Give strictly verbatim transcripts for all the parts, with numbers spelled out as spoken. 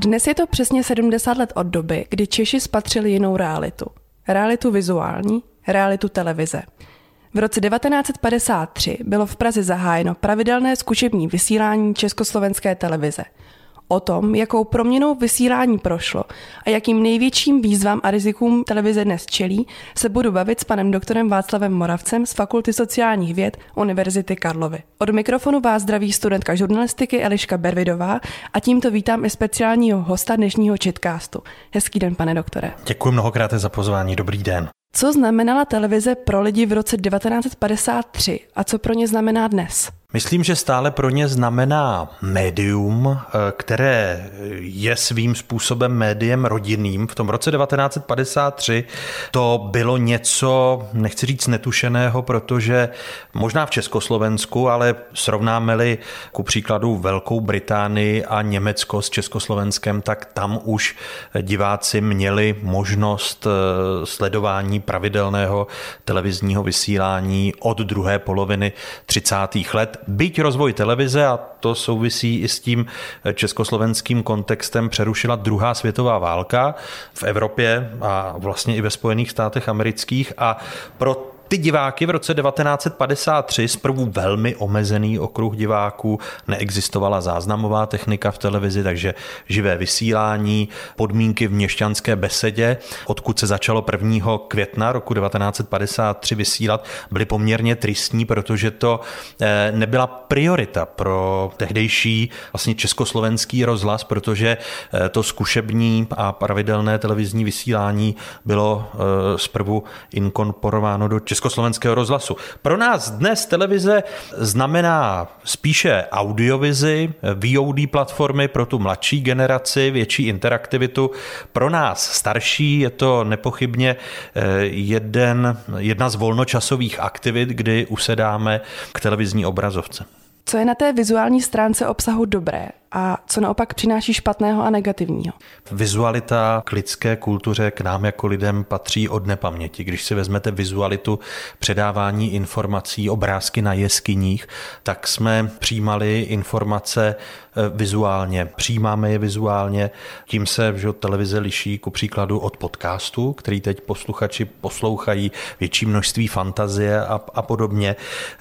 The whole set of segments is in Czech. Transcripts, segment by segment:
Dnes je to přesně sedmdesát let od doby, kdy Češi spatřili jinou realitu. Realitu vizuální, realitu televize. V roce devatenáct set padesát tři bylo v Praze zahájeno pravidelné zkušební vysílání Československé televize. O tom, jakou proměnou vysílání prošlo a jakým největším výzvám a rizikům televize dnes čelí, se budu bavit s panem doktorem Václavem Moravcem z Fakulty sociálních věd Univerzity Karlovy. Od mikrofonu vás zdraví studentka žurnalistiky Eliška Bervidová a tímto vítám i speciálního hosta dnešního Četcastu. Hezký den, pane doktore. Děkuji mnohokrát za pozvání, dobrý den. Co znamenala televize pro lidi v roce devatenáct set padesát tři a co pro ně znamená dnes? Myslím, že stále pro ně znamená médium, které je svým způsobem médiem rodinným. V tom roce devatenáct set padesát tři to bylo něco, nechci říct netušeného, protože možná v Československu, ale srovnáme-li ku příkladu Velkou Británii a Německo s Československem, tak tam už diváci měli možnost sledování pravidelného televizního vysílání od druhé poloviny třicátých let. Byť rozvoj televize, a to souvisí i s tím československým kontextem, přerušila druhá světová válka v Evropě a vlastně i ve Spojených státech amerických, a pro ty diváky v roce devatenáct set padesát tři, zprvu velmi omezený okruh diváků, neexistovala záznamová technika v televizi, takže živé vysílání, podmínky v měšťanské besedě, odkud se začalo prvního května roku devatenáct set padesát tři vysílat, byly poměrně tristní, protože to nebyla priorita pro tehdejší vlastně československý rozhlas, protože to zkušební a pravidelné televizní vysílání bylo zprvu inkorporováno do Československého rozhlasu. Pro nás dnes televize znamená spíše audiovizi, V O D platformy pro tu mladší generaci, větší interaktivitu. Pro nás starší je to nepochybně jeden, jedna z volnočasových aktivit, kdy usedáme k televizní obrazovce. Co je na té vizuální stránce obsahu dobré a co naopak přináší špatného a negativního? Vizualita k lidské kultuře, k nám jako lidem patří od nepaměti. Když si vezmete vizualitu předávání informací, obrázky na jeskyních, tak jsme přijímali informace vizuálně. Přijímáme je vizuálně, tím se že televize liší ku příkladu od podcastu, který teď posluchači poslouchají, větší množství fantazie a, a podobně.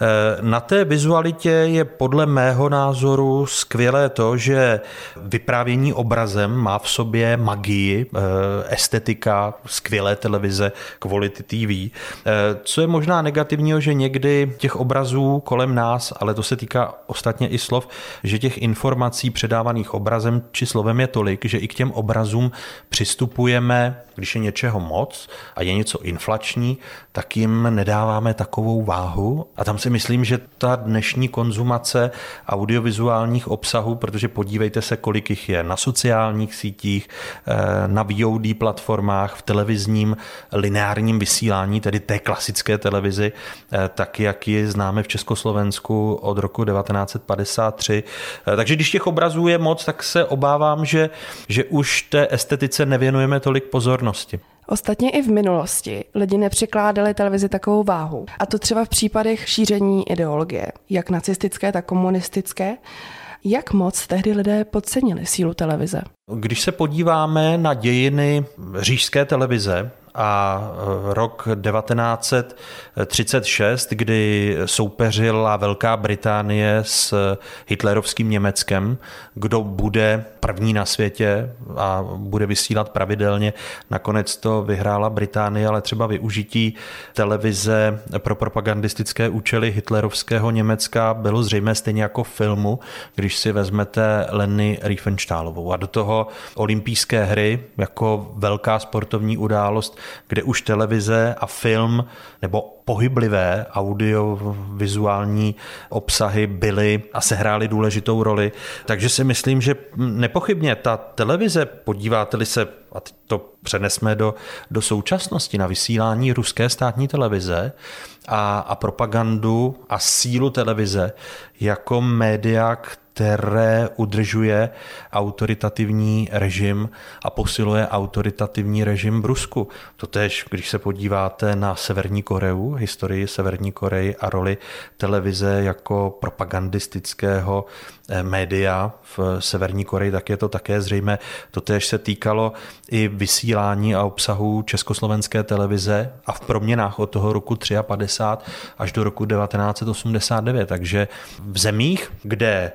Na té vizualitě je podle mého názoru skvělé to, že vyprávění obrazem má v sobě magii, estetika, skvělé televize, Quality T V. Co je možná negativního, že někdy těch obrazů kolem nás, ale to se týká ostatně i slov, že těch informací předávaných obrazem či slovem je tolik, že i k těm obrazům přistupujeme, když je něčeho moc a je něco inflační, tak jim nedáváme takovou váhu. A tam si myslím, že ta dnešní konzumace audiovizuálních obsahů, protože podívejte se, kolik jich je na sociálních sítích, na V O D platformách, v televizním lineárním vysílání, tedy té klasické televizi, tak jak ji známe v Československu od roku devatenáct set padesát tři. Takže když těch obrazů je moc, tak se obávám, že, že už té estetice nevěnujeme tolik pozornosti. Ostatně i v minulosti lidi nepřikládali televizi takovou váhu. A to třeba v případech šíření ideologie, jak nacistické, tak komunistické. Jak moc tehdy lidé podcenili sílu televize? Když se podíváme na dějiny říšské televize a rok devatenáct set třicet šest, kdy soupeřila Velká Británie s hitlerovským Německem, kdo bude první na světě a bude vysílat pravidelně. Nakonec to vyhrála Británie, ale třeba využití televize pro propagandistické účely hitlerovského Německa bylo zřejmé stejně jako v filmu, když si vezmete Leni Riefenstahlovou a do toho olympijské hry jako velká sportovní událost, kde už televize a film nebo pohyblivé audiovizuální obsahy byly a sehrály důležitou roli. Takže si myslím, že nepochybně ta televize, podíváte-li se, a to přenesme do, do současnosti, na vysílání ruské státní televize a, a propagandu a sílu televize jako média, které udržuje autoritativní režim a posiluje autoritativní režim v Rusku. Totéž, když se podíváte na Severní Koreu, historii Severní Koreji a roli televize jako propagandistického média v Severní Koreji, tak je to také zřejmé. Totéž se týkalo i vysílání a obsahu československé televize a v proměnách od toho roku padesát tři až do roku devatenáct set osmdesát devět. Takže v zemích, kde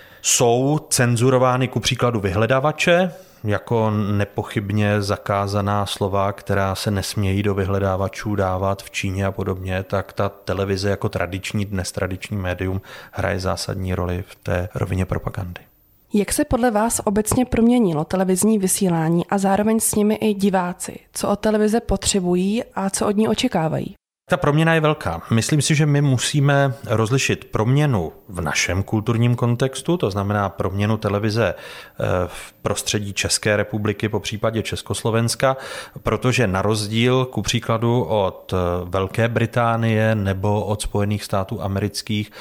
jsou cenzurovány ku příkladu vyhledávače, jako nepochybně zakázaná slova, která se nesmějí do vyhledávačů dávat v Číně a podobně, tak ta televize jako tradiční, dnes tradiční médium hraje zásadní roli v té rovině propagandy. Jak se podle vás obecně proměnilo televizní vysílání a zároveň s nimi i diváci? Co od televize potřebují a co od ní očekávají? Ta proměna je velká. Myslím si, že my musíme rozlišit proměnu v našem kulturním kontextu, to znamená proměnu televize v prostředí České republiky, po případě Československa, protože na rozdíl ku příkladu od Velké Británie nebo od Spojených států amerických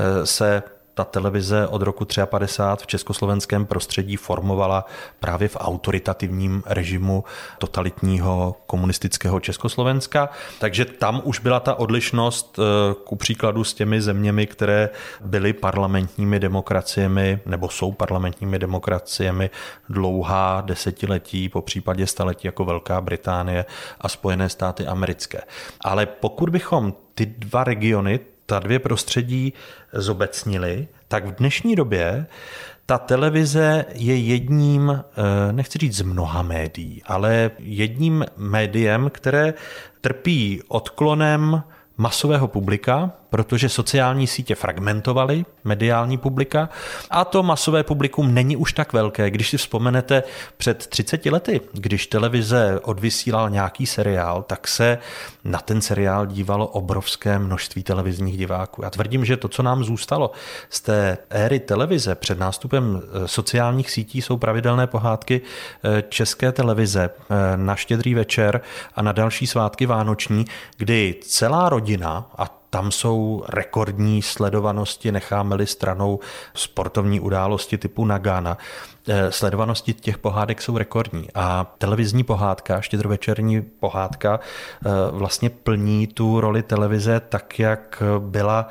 se ta televize od roku padesát tři v československém prostředí formovala právě v autoritativním režimu totalitního komunistického Československa. Takže tam už byla ta odlišnost ku příkladu s těmi zeměmi, které byly parlamentními demokraciemi nebo jsou parlamentními demokraciemi dlouhá desetiletí, po případě staletí jako Velká Británie a Spojené státy americké. Ale pokud bychom ty dva regiony, ta dvě prostředí zobecnili, tak v dnešní době ta televize je jedním, nechci říct z mnoha médií, ale jedním médiem, které trpí odklonem masového publika, protože sociální sítě fragmentovaly mediální publika a to masové publikum není už tak velké. Když si vzpomenete před třiceti lety, když televize odvysílal nějaký seriál, tak se na ten seriál dívalo obrovské množství televizních diváků. Já tvrdím, že to, co nám zůstalo z té éry televize před nástupem sociálních sítí, jsou pravidelné pohádky České televize na Štědrý večer a na další svátky vánoční, kdy celá rodina, a tam jsou rekordní sledovanosti, necháme-li stranou sportovní události typu Nagana. Sledovanosti těch pohádek jsou rekordní a televizní pohádka, štědrovečerní pohádka vlastně plní tu roli televize tak, jak byla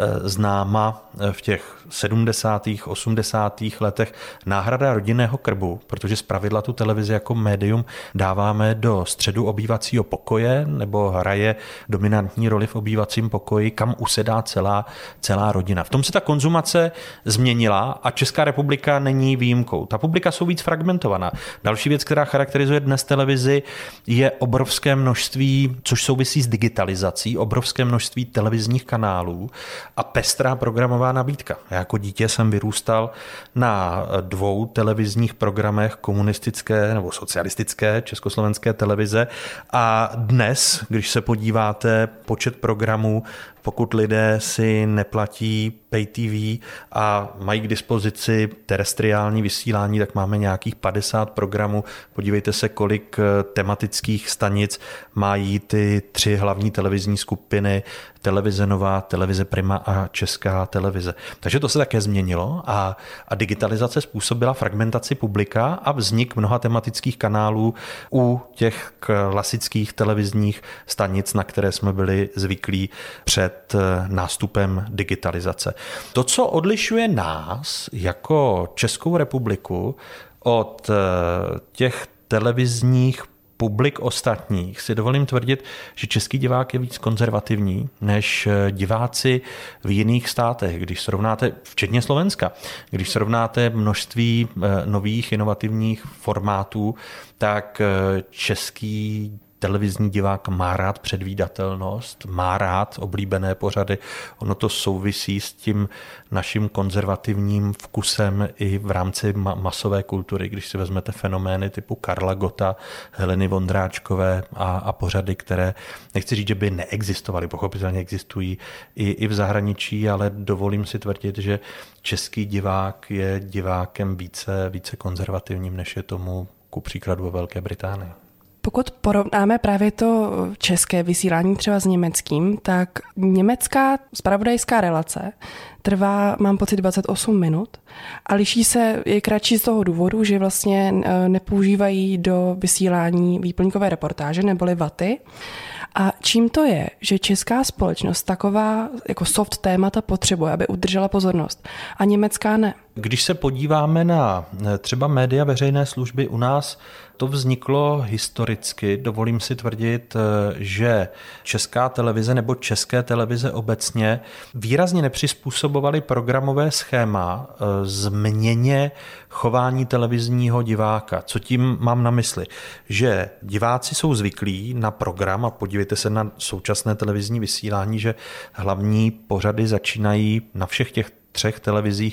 známa v těch sedmdesátých, osmdesátých letech náhrada rodinného krbu, protože zpravidla tu televizi jako médium dáváme do středu obývacího pokoje nebo hraje dominantní roli v obývacím pokoji, kam usedá celá, celá rodina. V tom se ta konzumace změnila a Česká republika není výjimkou. Ta publika jsou víc fragmentovaná. Další věc, která charakterizuje dnes televizi, je obrovské množství, což souvisí s digitalizací, obrovské množství televizních kanálů a pestrá programová nabídka. Já jako dítě jsem vyrůstal na dvou televizních programech komunistické nebo socialistické československé televize a dnes, když se podíváte počet programů, pokud lidé si neplatí pay T V a mají k dispozici terestriální vysílání, tak máme nějakých padesát programů. Podívejte se, kolik tematických stanic mají ty tři hlavní televizní skupiny, Televize Nova, Televize Prima a Česká televize. Takže to se také změnilo a, a digitalizace způsobila fragmentaci publika a vznik mnoha tematických kanálů u těch klasických televizních stanic, na které jsme byli zvyklí před nástupem digitalizace. To, co odlišuje nás jako Českou republiku od těch televizních publik ostatních, si dovolím tvrdit, že český divák je víc konzervativní než diváci v jiných státech. Když srovnáte, včetně Slovenska, když srovnáte množství nových inovativních formátů, tak český televizní divák má rád předvídatelnost, má rád oblíbené pořady. Ono to souvisí s tím naším konzervativním vkusem i v rámci ma- masové kultury. Když si vezmete fenomény typu Karla Gotta, Heleny Vondráčkové a, a pořady, které, nechci říct, že by neexistovaly, pochopitelně existují i, i v zahraničí, ale dovolím si tvrdit, že český divák je divákem více, více konzervativním, než je tomu ku příkladu ve Velké Británii. Pokud porovnáme právě to české vysílání třeba s německým, tak německá zpravodajská relace trvá, mám pocit, dvacet osm minut a liší se, je kratší z toho důvodu, že vlastně nepoužívají do vysílání výplňkové reportáže neboli vaty. A čím to je, že česká společnost taková jako soft témata potřebuje, aby udržela pozornost, a německá ne? Když se podíváme na třeba média veřejné služby u nás, to vzniklo historicky, dovolím si tvrdit, že Česká televize nebo české televize obecně výrazně nepřizpůsobovaly programové schéma změně chování televizního diváka. Co tím mám na mysli? Že diváci jsou zvyklí na program, a podívejte se na současné televizní vysílání, že hlavní pořady začínají na všech těch třech televizích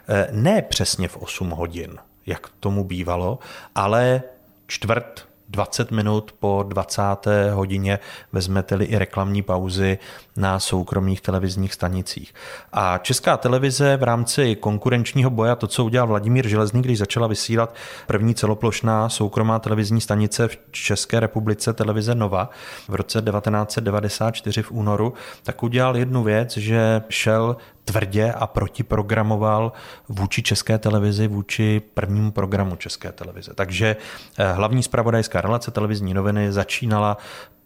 ne přesně v osm hodin, jak tomu bývalo, ale čtvrt, dvacet minut po dvacáté hodině, vezmete-li i reklamní pauzy na soukromých televizních stanicích. A Česká televize v rámci konkurenčního boje, to, co udělal Vladimír Železný, když začala vysílat první celoplošná soukromá televizní stanice v České republice, televize Nova, v roce devatenáct set devadesát čtyři v únoru, tak udělal jednu věc, že šel tvrdě a protiprogramoval vůči České televizi, vůči prvnímu programu České televize. Takže hlavní zpravodajská relace televizní noviny začínala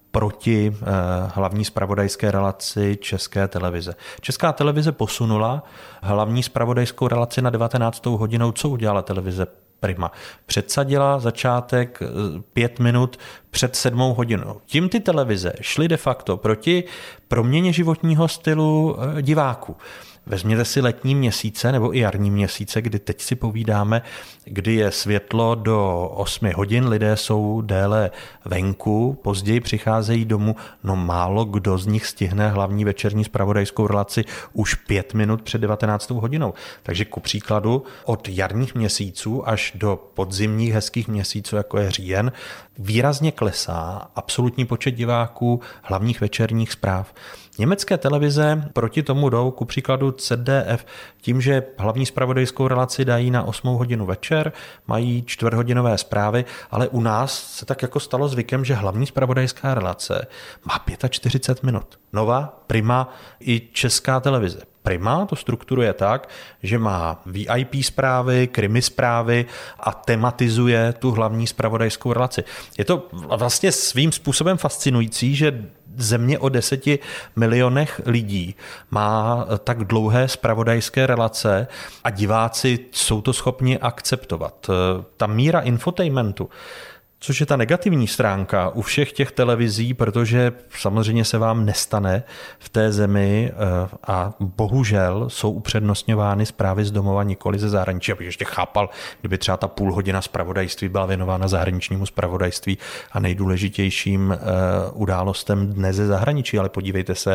proti hlavní zpravodajské relaci České televize. Česká televize posunula hlavní zpravodajskou relaci na devatenáctou hodinou. Co udělala televize Prima? Předsadila začátek pět minut před sedmou hodinou. Tím ty televize šly de facto proti proměně životního stylu diváků. Vezměte si letní měsíce nebo i jarní měsíce, kdy teď si povídáme, kdy je světlo do osmi hodin, lidé jsou déle venku, později přicházejí domů, no málo kdo z nich stihne hlavní večerní zpravodajskou relaci už pět minut před devatenáctou hodinou. Takže ku příkladu od jarních měsíců až do podzimních hezkých měsíců, jako je říjen, výrazně klesá absolutní počet diváků hlavních večerních zpráv. Německé televize proti tomu jdou, ku příkladu Z D F, tím, že hlavní zpravodajskou relaci dají na osmou hodinu večer, mají čtvrthodinové zprávy, ale u nás se tak jako stalo zvykem, že hlavní zpravodajská relace má čtyřicet pět minut. Nova, Prima i Česká televize. Prima to strukturuje tak, že má V I P zprávy, krimi zprávy a tematizuje tu hlavní zpravodajskou relaci. Je to vlastně svým způsobem fascinující, že země o deseti milionech lidí má tak dlouhé zpravodajské relace a diváci jsou to schopni akceptovat. Ta míra infotainmentu, což je ta negativní stránka u všech těch televizí, protože samozřejmě se vám nestane v té zemi a bohužel jsou upřednostňovány zprávy z domova, nikoli ze zahraničí. Abych ještě chápal, kdyby třeba ta půl hodina zpravodajství byla věnována zahraničnímu zpravodajství a nejdůležitějším událostem dne ze zahraničí, ale podívejte se,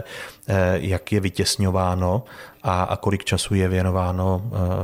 jak je vytěsňováno a, a kolik času je věnováno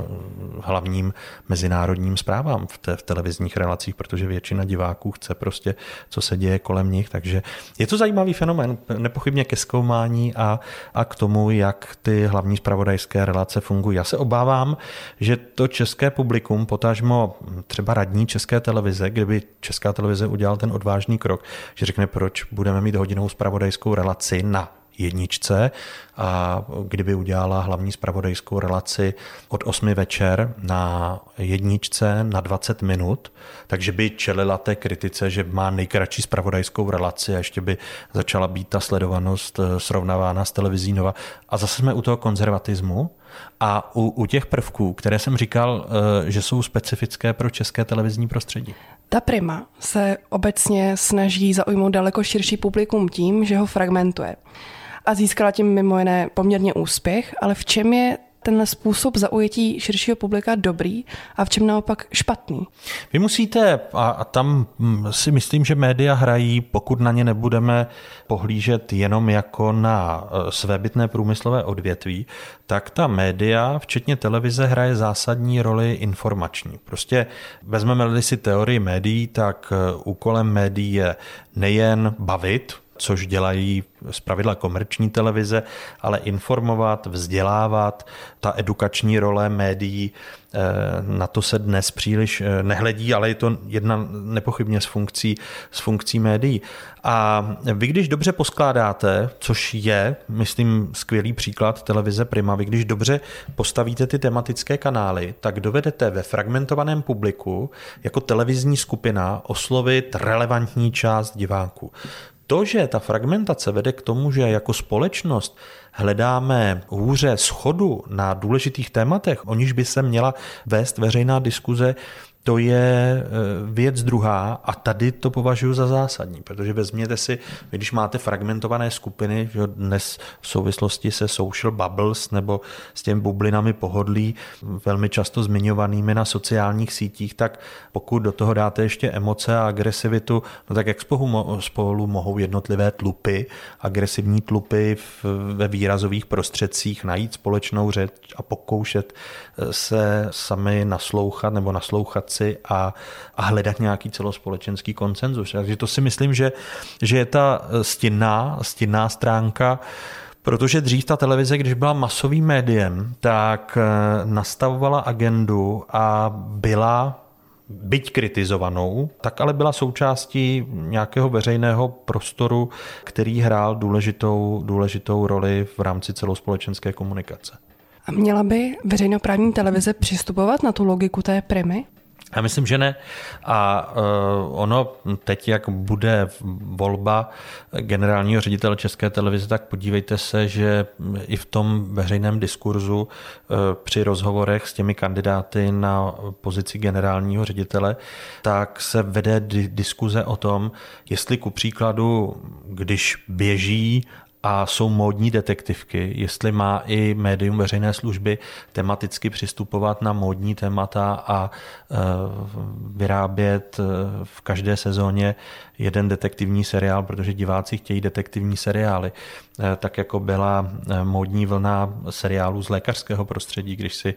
hlavním mezinárodním zprávám v, te, v televizních relacích, protože většina diváků chce prostě, co se děje kolem nich. Takže je to zajímavý fenomén, nepochybně ke zkoumání a, a k tomu, jak ty hlavní zpravodajské relace fungují. Já se obávám, že to české publikum, potažmo třeba radní České televize, kdyby Česká televize udělal ten odvážný krok, že řekne, proč budeme mít hodinovou zpravodajskou relaci na jedničce, a kdyby udělala hlavní zpravodajskou relaci od osmi večer na jedničce na dvacet minut, takže by čelila té kritice, že má nejkratší zpravodajskou relaci a ještě by začala být ta sledovanost srovnávána s televizí Nova. A zase jsme u toho konzervatismu a u, u těch prvků, které jsem říkal, že jsou specifické pro české televizní prostředí. Ta Prima se obecně snaží zaujmout daleko širší publikum tím, že ho fragmentuje. A získala tím mimo jiné poměrně úspěch, ale v čem je tenhle způsob zaujetí širšího publika dobrý a v čem naopak špatný? Vy musíte, a, a tam si myslím, že média hrají, pokud na ně nebudeme pohlížet jenom jako na svébytné průmyslové odvětví, tak ta média, včetně televize, hraje zásadní roli informační. Prostě vezmeme-li si teorii médií, tak úkolem médií je nejen bavit, což dělají zpravidla komerční televize, ale informovat, vzdělávat, ta edukační role médií, na to se dnes příliš nehledí, ale je to jedna nepochybně z funkcí, z funkcí médií. A vy, když dobře poskládáte, což je, myslím, skvělý příklad televize Prima, vy, když dobře postavíte ty tematické kanály, tak dovedete ve fragmentovaném publiku jako televizní skupina oslovit relevantní část diváků. To, že ta fragmentace vede k tomu, že jako společnost hledáme hůře shodu na důležitých tématech, o níž by se měla vést veřejná diskuze, to je věc druhá a tady to považuji za zásadní, protože vezměte si, když máte fragmentované skupiny, že dnes v souvislosti se social bubbles nebo s těmi bublinami pohodlí, velmi často zmiňovanými na sociálních sítích, tak pokud do toho dáte ještě emoce a agresivitu, no tak jak spolu, spolu mohou jednotlivé tlupy, agresivní tlupy ve výrazových prostředcích najít společnou řeč a pokoušet se sami naslouchat nebo naslouchat A, a hledat nějaký celospolečenský konsenzus. Takže to si myslím, že, že je ta stinná, stinná stránka, protože dřív ta televize, když byla masovým médiem, tak nastavovala agendu a byla, byť kritizovanou, tak ale byla součástí nějakého veřejného prostoru, který hrál důležitou, důležitou roli v rámci celospolečenské komunikace. A měla by veřejnoprávní televize přistupovat na tu logiku té Primy? Já myslím, že ne. A ono teď, jak bude volba generálního ředitele České televize, tak podívejte se, že i v tom veřejném diskurzu při rozhovorech s těmi kandidáty na pozici generálního ředitele, tak se vede diskuze o tom, jestli ku příkladu, když běží a jsou módní detektivky, jestli má i médium veřejné služby tematicky přistupovat na módní témata a vyrábět v každé sezóně jeden detektivní seriál, protože diváci chtějí detektivní seriály. Tak jako byla módní vlna seriálů z lékařského prostředí, když si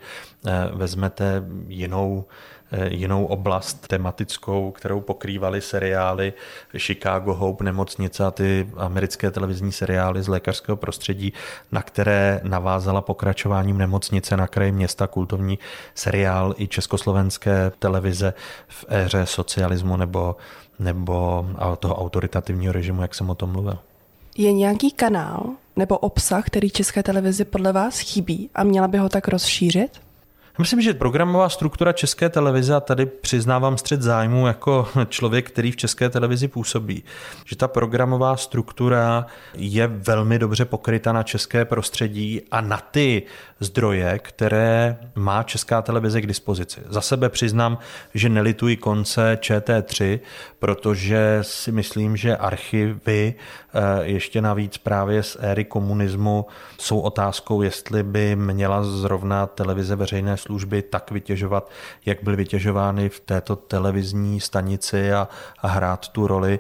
vezmete jinou jinou oblast tematickou, kterou pokrývaly seriály Chicago Hope, Nemocnice a ty americké televizní seriály z lékařského prostředí, na které navázala pokračováním Nemocnice na kraji města kultovní seriál i československé televize v éře socialismu nebo, nebo toho autoritativního režimu, jak jsem o tom mluvil. Je nějaký kanál nebo obsah, který České televizi podle vás chybí a měla by ho tak rozšířit? Myslím, že programová struktura České televize, a tady přiznávám střet zájmu jako člověk, který v České televizi působí, že ta programová struktura je velmi dobře pokryta na české prostředí a na ty zdroje, které má Česká televize k dispozici. Za sebe přiznám, že nelituji konce Č T tři, protože si myslím, že archivy ještě navíc právě z éry komunismu jsou otázkou, jestli by měla zrovna televize veřejné služby tak vytěžovat, jak byly vytěžovány v této televizní stanici a, a hrát tu roli.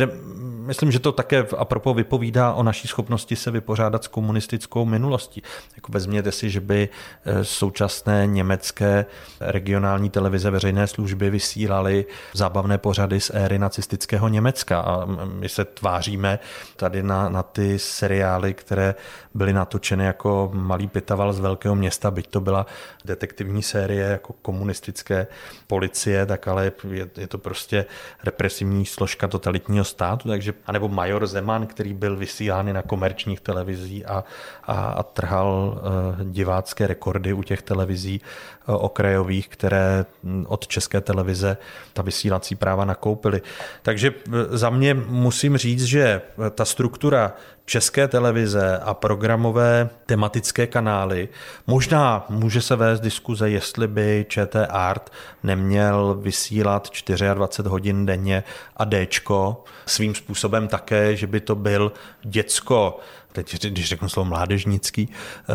Myslím, že to také apropos vypovídá o naší schopnosti se vypořádat s komunistickou minulostí. Jako vezměte si, že by současné německé regionální televize veřejné služby vysílaly zábavné pořady z éry nacistického Německa a my se tváříme tady na, na ty seriály, které byly natočeny jako Malý Pitaval z velkého města, byť to byla detektivní série jako komunistické policie, tak ale je, je to prostě represivní složka totalitního státu, takže, anebo Major Zeman, který byl vysílán na komerčních televizí a, a, a trhal uh, divácké rekordy u těch televizí uh, okrajových, které od České televize ta vysílací práva nakoupily. Takže uh, za mě musím říct, že ta struktura České televize a programové tematické kanály. Možná může se vést diskuze, jestli by Č T Art neměl vysílat dvacet čtyři hodin denně a Déčko svým způsobem také, že by to byl děcko, teď když řeknu slovo mládežnický,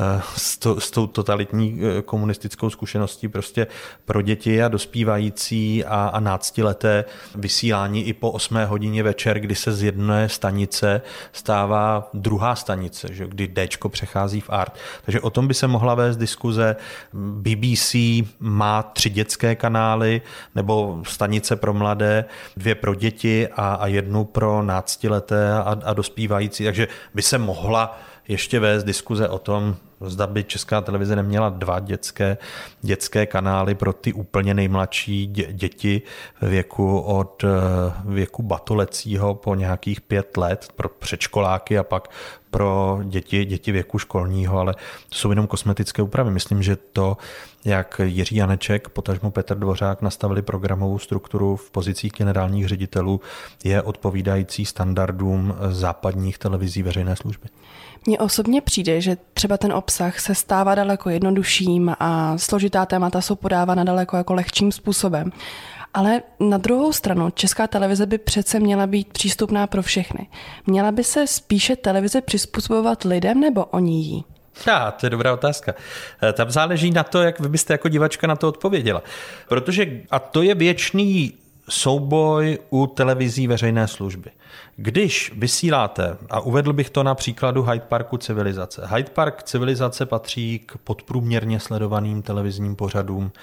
s, to, s tou totalitní komunistickou zkušeností prostě pro děti a dospívající a, a náctileté vysílání i po osmé hodině večer, kdy se z jedné stanice stává ta druhá stanice, že, kdy Dčko přechází v Art. Takže o tom by se mohla vést diskuze. B B C má tři dětské kanály nebo stanice pro mladé, dvě pro děti a, a jednu pro náctileté a, a dospívající. Takže by se mohla ještě vést diskuze o tom, zda by Česká televize neměla dva dětské, dětské kanály pro ty úplně nejmladší dě, děti věku od věku batolecího po nějakých pět let pro předškoláky a pak pro děti, děti věku školního, ale to jsou jenom kosmetické úpravy. Myslím, že to, jak Jiří Janeček, potažmo Petr Dvořák nastavili programovou strukturu v pozicích generálních ředitelů, je odpovídající standardům západních televizí veřejné služby. Mně osobně přijde, že třeba ten obsah se stává daleko jednodušším a složitá témata jsou podávána daleko jako lehčím způsobem. Ale na druhou stranu Česká televize by přece měla být přístupná pro všechny. Měla by se spíše televize přizpůsobovat lidem nebo oni jí? Já, to je dobrá otázka. Tam záleží na to, jak vy byste jako divačka na to odpověděla. Protože, a to je věčný souboj u televizí veřejné služby. Když vysíláte, a uvedl bych to na příkladu Hyde Parku Civilizace. Hyde Park Civilizace patří k podprůměrně sledovaným televizním pořadům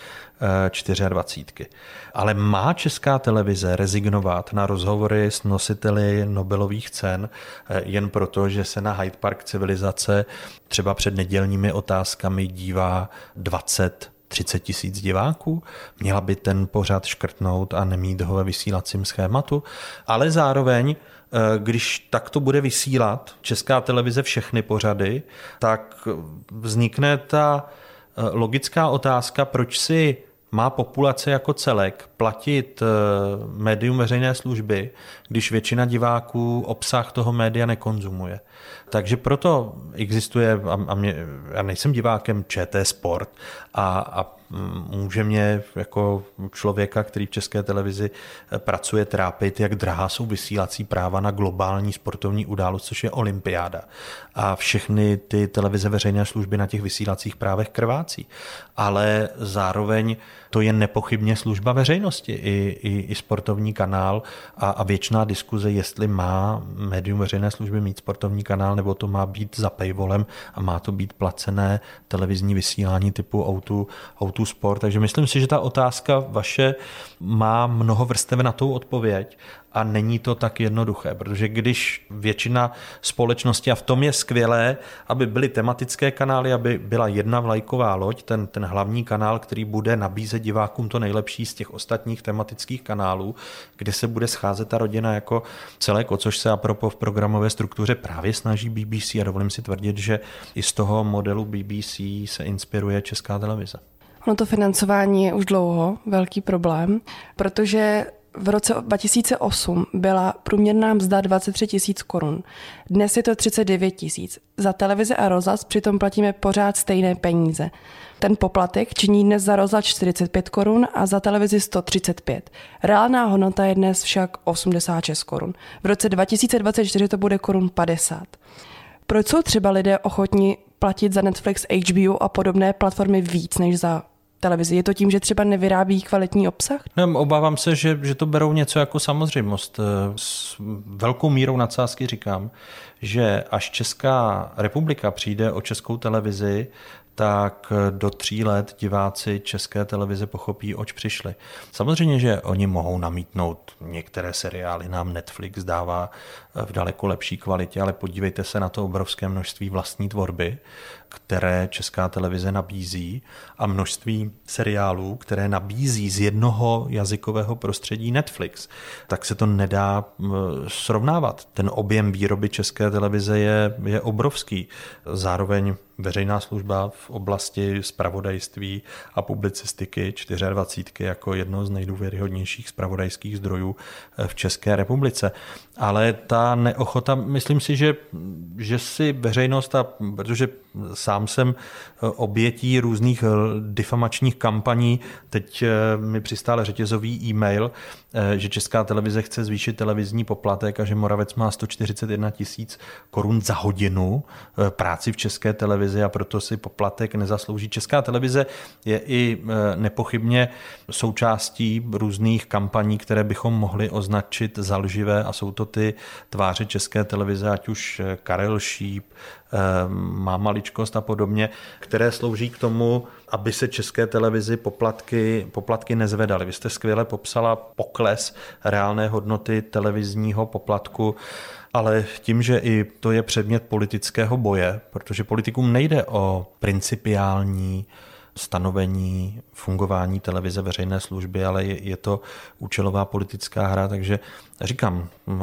dvacet čtyři. Ale má Česká televize rezignovat na rozhovory s nositeli Nobelových cen jen proto, že se na Hyde Park Civilizace třeba před nedělními otázkami dívá dvacet třicet tisíc diváků, měla by ten pořad škrtnout a nemít ho ve vysílacím schématu, ale zároveň, když takto bude vysílat Česká televize všechny pořady, tak vznikne ta logická otázka, proč si má populace jako celek platit médium veřejné služby, když většina diváků obsah toho média nekonzumuje. Takže proto existuje, a mě, já nejsem divákem ČT Sport a, a může mě jako člověka, který v České televizi pracuje, trápit, jak drahá jsou vysílací práva na globální sportovní událost, což je olympiáda. A všechny ty televize veřejné služby na těch vysílacích právech krvácí. Ale zároveň to je nepochybně služba veřejnosti, i, i, i sportovní kanál a, a věčná diskuze, jestli má médium veřejné služby mít sportovní kanál, nebo to má být za paywallem a má to být placené televizní vysílání typu O dva, O dva Sport. Takže myslím si, že ta otázka vaše má mnoho vrstev na tou odpověď a není to tak jednoduché, protože když většina společnosti, a v tom je skvělé, aby byly tematické kanály, aby byla jedna vlajková loď, ten, ten hlavní kanál, který bude nabízet divákům to nejlepší z těch ostatních tematických kanálů, kde se bude scházet ta rodina jako celek, o což se apropo v programové struktuře právě snaží B B C a dovolím si tvrdit, že i z toho modelu B B C se inspiruje Česká televize. Ono to financování je už dlouho velký problém, protože v roce dva tisíce osm byla průměrná mzda dvacet tři tisíc korun. Dnes je to třicet devět tisíc. Za televizi a rozhlas přitom platíme pořád stejné peníze. Ten poplatek činí dnes za rozhlas čtyřicet pět korun a za televizi sto třicet pět. Reálná hodnota je dnes však osmdesát šest korun. V roce dva tisíce dvacet čtyři to bude korun padesát. Proč jsou třeba lidé ochotni platit za Netflix, H B O a podobné platformy víc než za televizi? Je to tím, že třeba nevyrábí kvalitní obsah? No, obávám se, že, že to berou něco jako samozřejmost. S velkou mírou nadsázky říkám, že až Česká republika přijde o Českou televizi, tak do tří let diváci České televize pochopí, oč přišli. Samozřejmě, že oni mohou namítnout, některé seriály nám Netflix dává v daleko lepší kvalitě, ale podívejte se na to obrovské množství vlastní tvorby, které Česká televize nabízí a množství seriálů, které nabízí z jednoho jazykového prostředí Netflix, tak se to nedá srovnávat. Ten objem výroby České televize je, je obrovský. Zároveň veřejná služba v oblasti zpravodajství a publicistiky dvacet čtyři jako jedno z nejdůvěryhodnějších zpravodajských zdrojů v České republice. Ale ta neochota, myslím si, že, že si veřejnost, a protože sám jsem obětí různých difamačních kampaní. Teď mi přistál řetězový e-mail, že Česká televize chce zvýšit televizní poplatek a že Moravec má sto čtyřicet jedna tisíc korun za hodinu práci v České televizi a proto si poplatek nezaslouží. Česká televize je i nepochybně součástí různých kampaní, které bychom mohli označit za lživé a jsou to ty tváře České televize, ať už Karel Šíp, Má maličkost a podobně, které slouží k tomu, aby se České televizi poplatky, poplatky nezvedaly. Vy jste skvěle popsala pokles reálné hodnoty televizního poplatku, ale tím, že i to je předmět politického boje, protože politikům nejde o principiální stanovení fungování televize veřejné služby, ale je, je to účelová politická hra, takže říkám,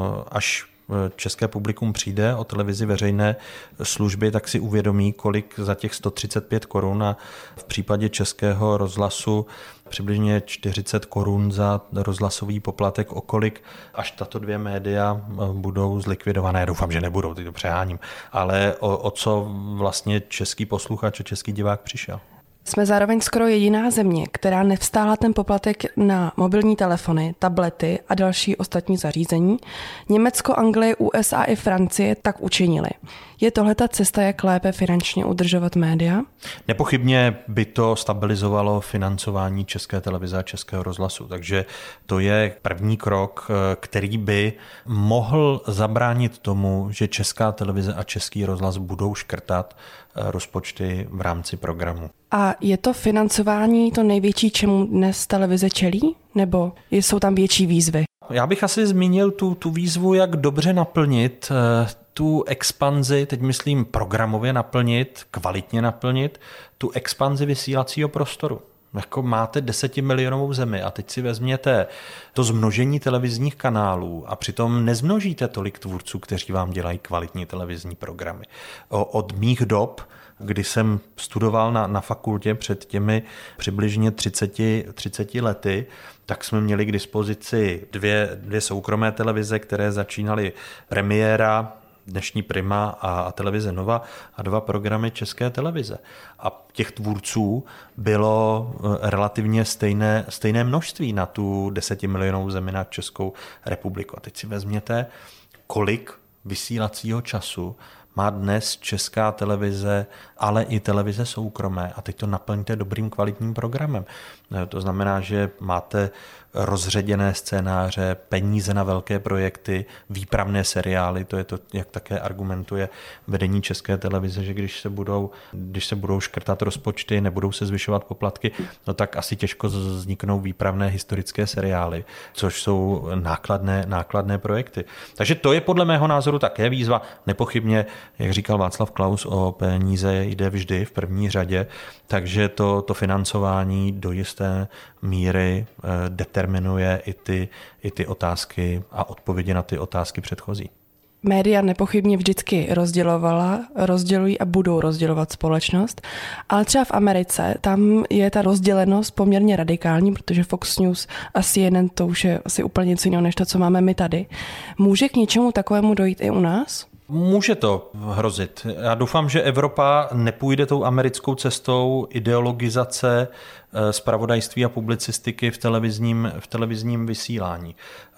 až české publikum přijde o televizi veřejné služby, tak si uvědomí, kolik za těch sto třicet pět korun a v případě Českého rozhlasu přibližně čtyřicet korun za rozhlasový poplatek, o kolik až tato dvě média budou zlikvidované. Doufám, že nebudou, teď to přeháním, ale o, o co vlastně český posluchač a český divák přišel. Jsme zároveň skoro jediná země, která nevstála ten poplatek na mobilní telefony, tablety a další ostatní zařízení. Německo, Anglie, U S A i Francie tak učinili. Je tohle ta cesta, jak lépe finančně udržovat média? Nepochybně by to stabilizovalo financování České televize a Českého rozhlasu, takže to je první krok, který by mohl zabránit tomu, že Česká televize a Český rozhlas budou škrtat rozpočty v rámci programu. A je to financování to největší, čemu dnes televize čelí? Nebo jsou tam větší výzvy? Já bych asi zmínil tu, tu výzvu, jak dobře naplnit tu expanzi, teď myslím programově naplnit, kvalitně naplnit, tu expanzi vysílacího prostoru. Jako máte desetimilionovou zemi a teď si vezměte to zmnožení televizních kanálů a přitom nezmnožíte tolik tvůrců, kteří vám dělají kvalitní televizní programy. Od mých dob, kdy jsem studoval na, na fakultě před těmi přibližně třiceti lety, tak jsme měli k dispozici dvě, dvě soukromé televize, které začínaly Premiéra, dnešní Prima a televize Nova a dva programy České televize. A těch tvůrců bylo relativně stejné, stejné množství na tu desetimilionovou zemi, na Českou republiku. A teď si vezměte, kolik vysílacího času má dnes Česká televize, ale i televize soukromé. A teď to naplňte dobrým kvalitním programem. To znamená, že máte rozředěné scénáře, peníze na velké projekty, výpravné seriály, to je to, jak také argumentuje vedení České televize, že když se budou, když se budou škrtat rozpočty, nebudou se zvyšovat poplatky, no tak asi těžko vzniknou výpravné historické seriály, což jsou nákladné, nákladné projekty. Takže to je podle mého názoru také výzva. Nepochybně, jak říkal Václav Klaus, o peníze jde vždy v první řadě, takže to, to financování do jisté míry determinuje i ty, i ty otázky a odpovědi na ty otázky předchozí. Média nepochybně vždycky rozdělovala, rozdělují a budou rozdělovat společnost, ale třeba v Americe tam je ta rozdělenost poměrně radikální, protože Fox News a C N N to už je asi úplně něco jiného než to, co máme my tady. Může k něčemu takovému dojít i u nás? Může to hrozit. Já doufám, že Evropa nepůjde tou americkou cestou ideologizace zpravodajství a publicistiky v televizním, v televizním vysílání.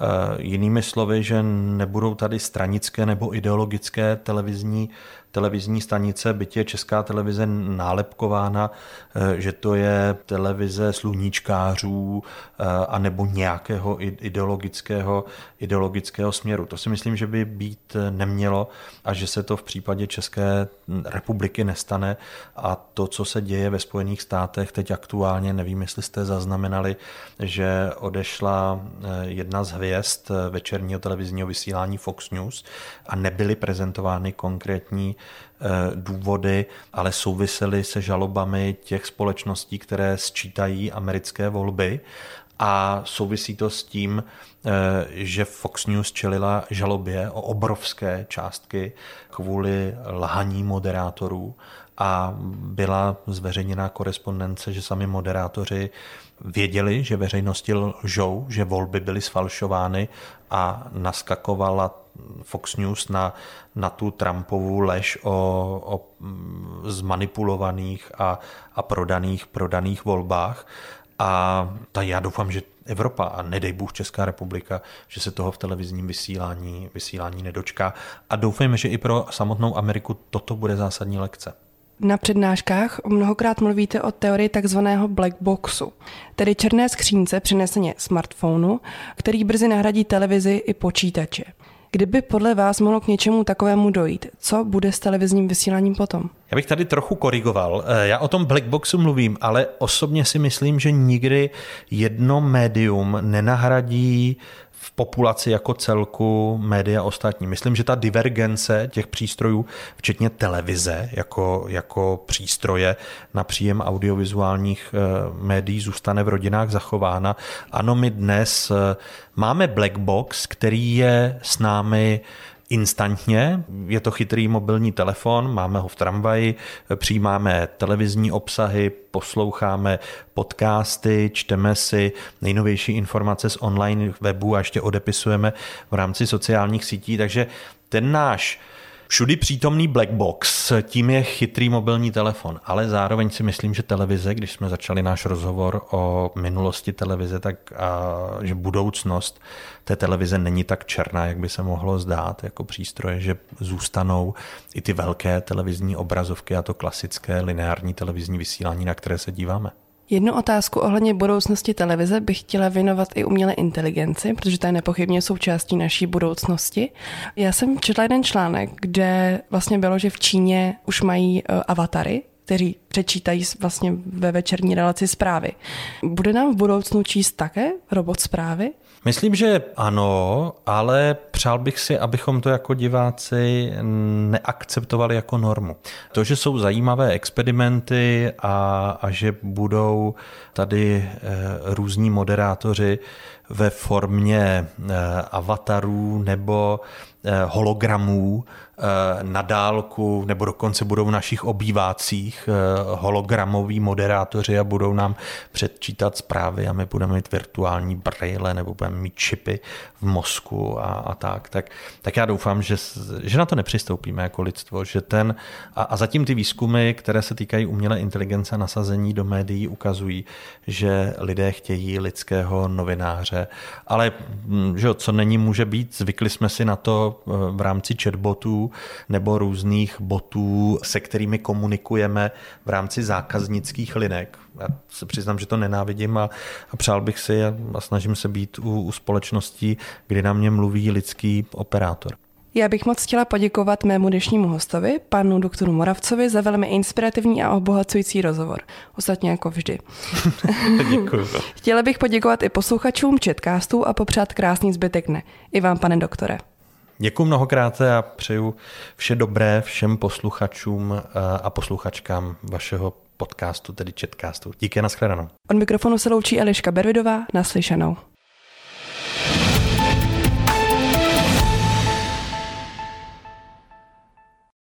Jinými slovy, že nebudou tady stranické nebo ideologické televizní, televizní stanice, byť je Česká televize nálepkována, že to je televize sluníčkářů a nebo nějakého ideologického, ideologického směru. To si myslím, že by být nemělo a že se to v případě České republiky nestane a to, co se děje ve Spojených státech teď aktuálně, nevím, jestli jste zaznamenali, že odešla jedna z hvězd večerního televizního vysílání Fox News a nebyly prezentovány konkrétní důvody, ale souvisely se žalobami těch společností, které sčítají americké volby a souvisí to s tím, že Fox News čelila žalobě o obrovské částky kvůli lhaní moderátorů a byla zveřejněná korespondence, že sami moderátoři věděli, že veřejnosti lžou, že volby byly sfalšovány a naskakovala Fox News na, na tu Trumpovu lež o, o zmanipulovaných a, a prodaných, prodaných volbách. A ta já doufám, že Evropa a nedej Bůh Česká republika, že se toho v televizním vysílání, vysílání nedočká. A doufejme, že i pro samotnou Ameriku toto bude zásadní lekce. Na přednáškách mnohokrát mluvíte o teorii takzvaného black boxu, tedy černé skřínce přeneseně smartphonu, který brzy nahradí televizi i počítače. Kdyby podle vás mohlo k něčemu takovému dojít, co bude s televizním vysíláním potom? Já bych tady trochu korigoval. Já o tom black boxu mluvím, ale osobně si myslím, že nikdy jedno médium nenahradí v populaci jako celku média ostatní. Myslím, že ta divergence těch přístrojů, včetně televize jako, jako přístroje na příjem audiovizuálních médií, zůstane v rodinách zachována. Ano, my dnes máme black box, který je s námi instantně. Je to chytrý mobilní telefon, máme ho v tramvaji, přijímáme televizní obsahy, posloucháme podcasty, čteme si nejnovější informace z online webu a ještě odepisujeme v rámci sociálních sítí, takže ten náš všudy přítomný black box, tím je chytrý mobilní telefon, ale zároveň si myslím, že televize, když jsme začali náš rozhovor o minulosti televize, tak a, že budoucnost té televize není tak černá, jak by se mohlo zdát jako přístroje, že zůstanou i ty velké televizní obrazovky a to klasické lineární televizní vysílání, na které se díváme. Jednu otázku ohledně budoucnosti televize bych chtěla věnovat i umělé inteligenci, protože ta je nepochybně součástí naší budoucnosti. Já jsem četla jeden článek, kde vlastně bylo, že v Číně už mají avatary, kteří přečítají vlastně ve večerní relaci zprávy. Bude nám v budoucnu číst také robot zprávy? Myslím, že ano, ale přál bych si, abychom to jako diváci neakceptovali jako normu. To, že jsou zajímavé experimenty a, a že budou tady e, různí moderátoři ve formě e, avatarů nebo e, hologramů e, na dálku, nebo dokonce budou v našich obývácích e, hologramoví moderátoři a budou nám předčítat zprávy a my budeme mít virtuální brejle nebo budeme mít čipy v mozku a, a tak. tak. Tak já doufám, že, že na to nepřistoupíme jako lidstvo, že ten a, a zatím ty výzkumy, které se týkají umělé inteligence a nasazení do médií, ukazují, že lidé chtějí lidského novináře, ale že co není, může být, zvykli jsme si na to v rámci chatbotů nebo různých botů, se kterými komunikujeme v rámci zákaznických linek. Já se přiznám, že to nenávidím a, a přál bych si a, a snažím se být u, u společností, kdy na mě mluví lidský operátor. Já bych moc chtěla poděkovat mému dnešnímu hostovi, panu doktoru Moravcovi, za velmi inspirativní a obohacující rozhovor. Ostatně jako vždy. Děkuji. Chtěla bych poděkovat i posluchačům Chatcastu a popřát krásný zbytek dne. I vám, pane doktore. Děkuji mnohokrát a přeju vše dobré všem posluchačům a posluchačkám vašeho podcastu, tedy Chatcastu. Díky, nashledanou. Od mikrofonu se loučí Eliška Bervidová, naslyšenou.